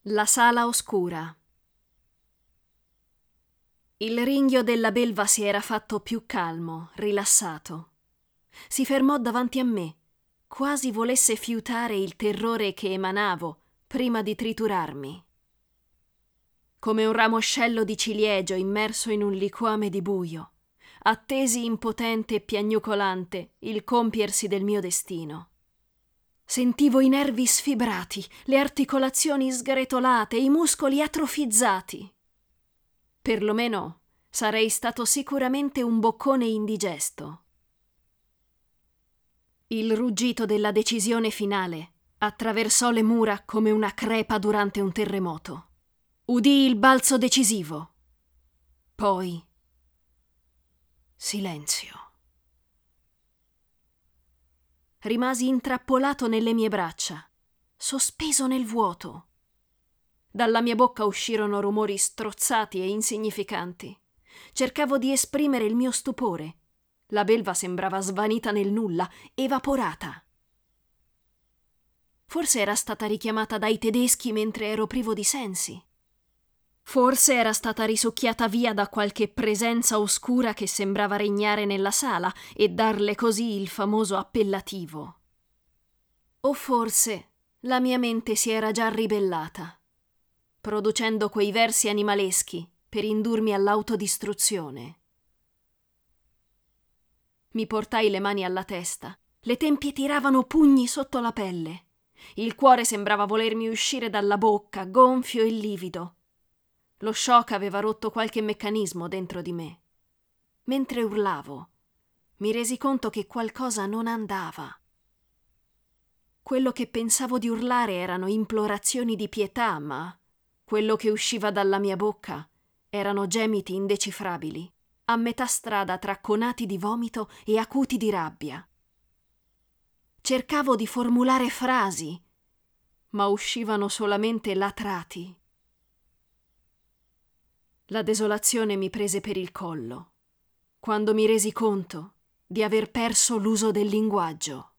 La sala oscura. Il ringhio della belva si era fatto più calmo, rilassato. Si fermò davanti a me, quasi volesse fiutare il terrore che emanavo prima di triturarmi. Come un ramoscello di ciliegio immerso in un liquame di buio, attesi impotente e piagnucolante il compiersi del mio destino. Sentivo i nervi sfibrati, le articolazioni sgretolate, i muscoli atrofizzati. Perlomeno sarei stato sicuramente un boccone indigesto. Il ruggito della decisione finale attraversò le mura come una crepa durante un terremoto. Udii il balzo decisivo. Poi silenzio. Rimasi intrappolato nelle mie braccia, sospeso nel vuoto. Dalla mia bocca uscirono rumori strozzati e insignificanti. Cercavo di esprimere il mio stupore. La belva sembrava svanita nel nulla, evaporata. Forse era stata richiamata dai tedeschi mentre ero privo di sensi. Forse era stata risucchiata via da qualche presenza oscura che sembrava regnare nella sala e darle così il famoso appellativo. O forse la mia mente si era già ribellata, producendo quei versi animaleschi per indurmi all'autodistruzione. Mi portai le mani alla testa, le tempie tiravano pugni sotto la pelle, il cuore sembrava volermi uscire dalla bocca, gonfio e livido. Lo shock aveva rotto qualche meccanismo dentro di me. Mentre urlavo, mi resi conto che qualcosa non andava. Quello che pensavo di urlare erano implorazioni di pietà, ma quello che usciva dalla mia bocca erano gemiti indecifrabili, a metà strada tra conati di vomito e acuti di rabbia. Cercavo di formulare frasi, ma uscivano solamente latrati. La desolazione mi prese per il collo, quando mi resi conto di aver perso l'uso del linguaggio.